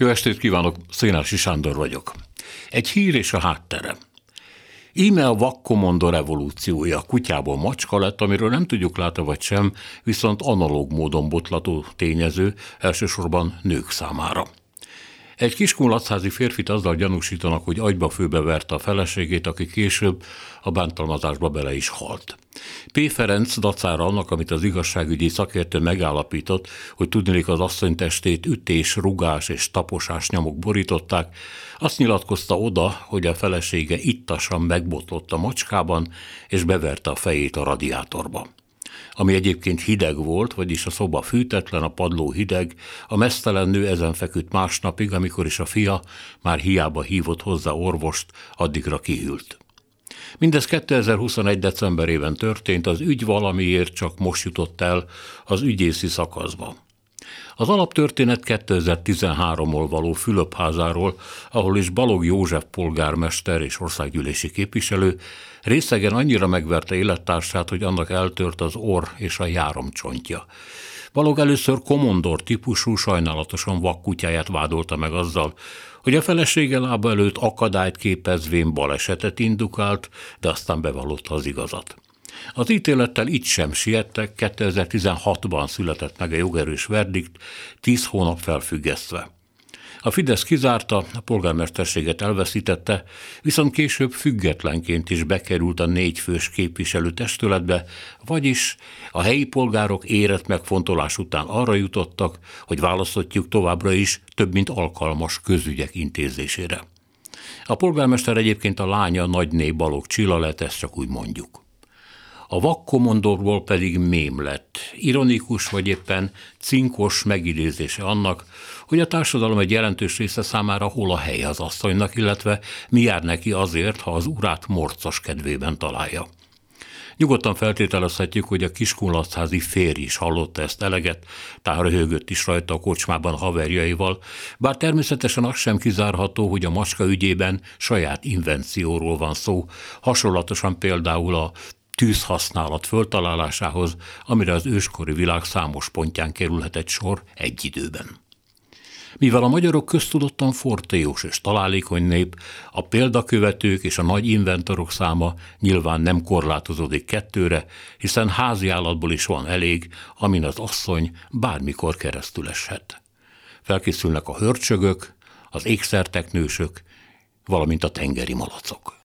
Jó estét kívánok, Szénási Sándor vagyok. Egy hír és a háttere. Íme a vakkomondor evolúciója, kutyából macska lett, amiről nem tudjuk látni vagy sem, viszont analóg módon botlató tényező, elsősorban nők számára. Egy kiskunlachházi férfit azzal gyanúsítanak, hogy agyba főbeverte a feleségét, aki később a bántalmazásba bele is halt. P. Ferenc dacára annak, amit az igazságügyi szakértő megállapított, hogy tudniillik az asszony testét ütés, rugás és taposás nyomok borították, azt nyilatkozta oda, hogy a felesége ittasan megbotlott a macskában, és beverte a fejét a radiátorba. Ami egyébként hideg volt, vagyis a szoba fűtetlen, a padló hideg, a meztelen nő ezen feküdt másnapig, amikor is a fia már hiába hívott hozzá orvost, addigra kihűlt. Mindez 2021. decemberében történt, az ügy valamiért csak most jutott el az ügyészi szakaszba. Az alaptörténet 2013-ról való Fülöpházáról, ahol is Balogh József polgármester és országgyűlési képviselő részegen annyira megverte élettársát, hogy annak eltört az orr és a járomcsontja. Balogh először komondor típusú, sajnálatosan vak kutyáját vádolta meg azzal, hogy a felesége lába előtt akadályt képezvén balesetet indukált, de aztán bevallotta az igazat. Az ítélettel itt sem siettek, 2016-ban született meg a jogerős verdikt, 10 hónap felfüggesztve. A Fidesz kizárta, a polgármesterséget elveszítette, viszont később függetlenként is bekerült a 4 fős képviselőtestületbe, vagyis a helyi polgárok érett megfontolás után arra jutottak, hogy választotjuk továbbra is több mint alkalmas közügyek intézésére. A polgármester egyébként a lánya nagyné Balogh Csilla lett, ezt csak úgy mondjuk. A vakkomondorból pedig mém lett, ironikus vagy éppen cinkos megidézése annak, hogy a társadalom egy jelentős része számára hol a hely az asszonynak, illetve mi jár neki azért, ha az urát morcos kedvében találja. Nyugodtan feltételezhetjük, hogy a kiskunlachházi férj is hallotta ezt eleget, tehát röhögött is rajta a kocsmában haverjaival, bár természetesen az sem kizárható, hogy a macska ügyében saját invencióról van szó, hasonlatosan például a tűzhasználat föltalálásához, amire az őskori világ számos pontján kerülhetett sor egy időben. Mivel a magyarok köztudottan fortélyos és találékony nép, a példakövetők és a nagy inventorok száma nyilván nem korlátozódik 2-re, hiszen háziállatból is van elég, amin az asszony bármikor keresztül eshet. Felkészülnek a hörcsögök, az ékszerteknősök, valamint a tengeri malacok.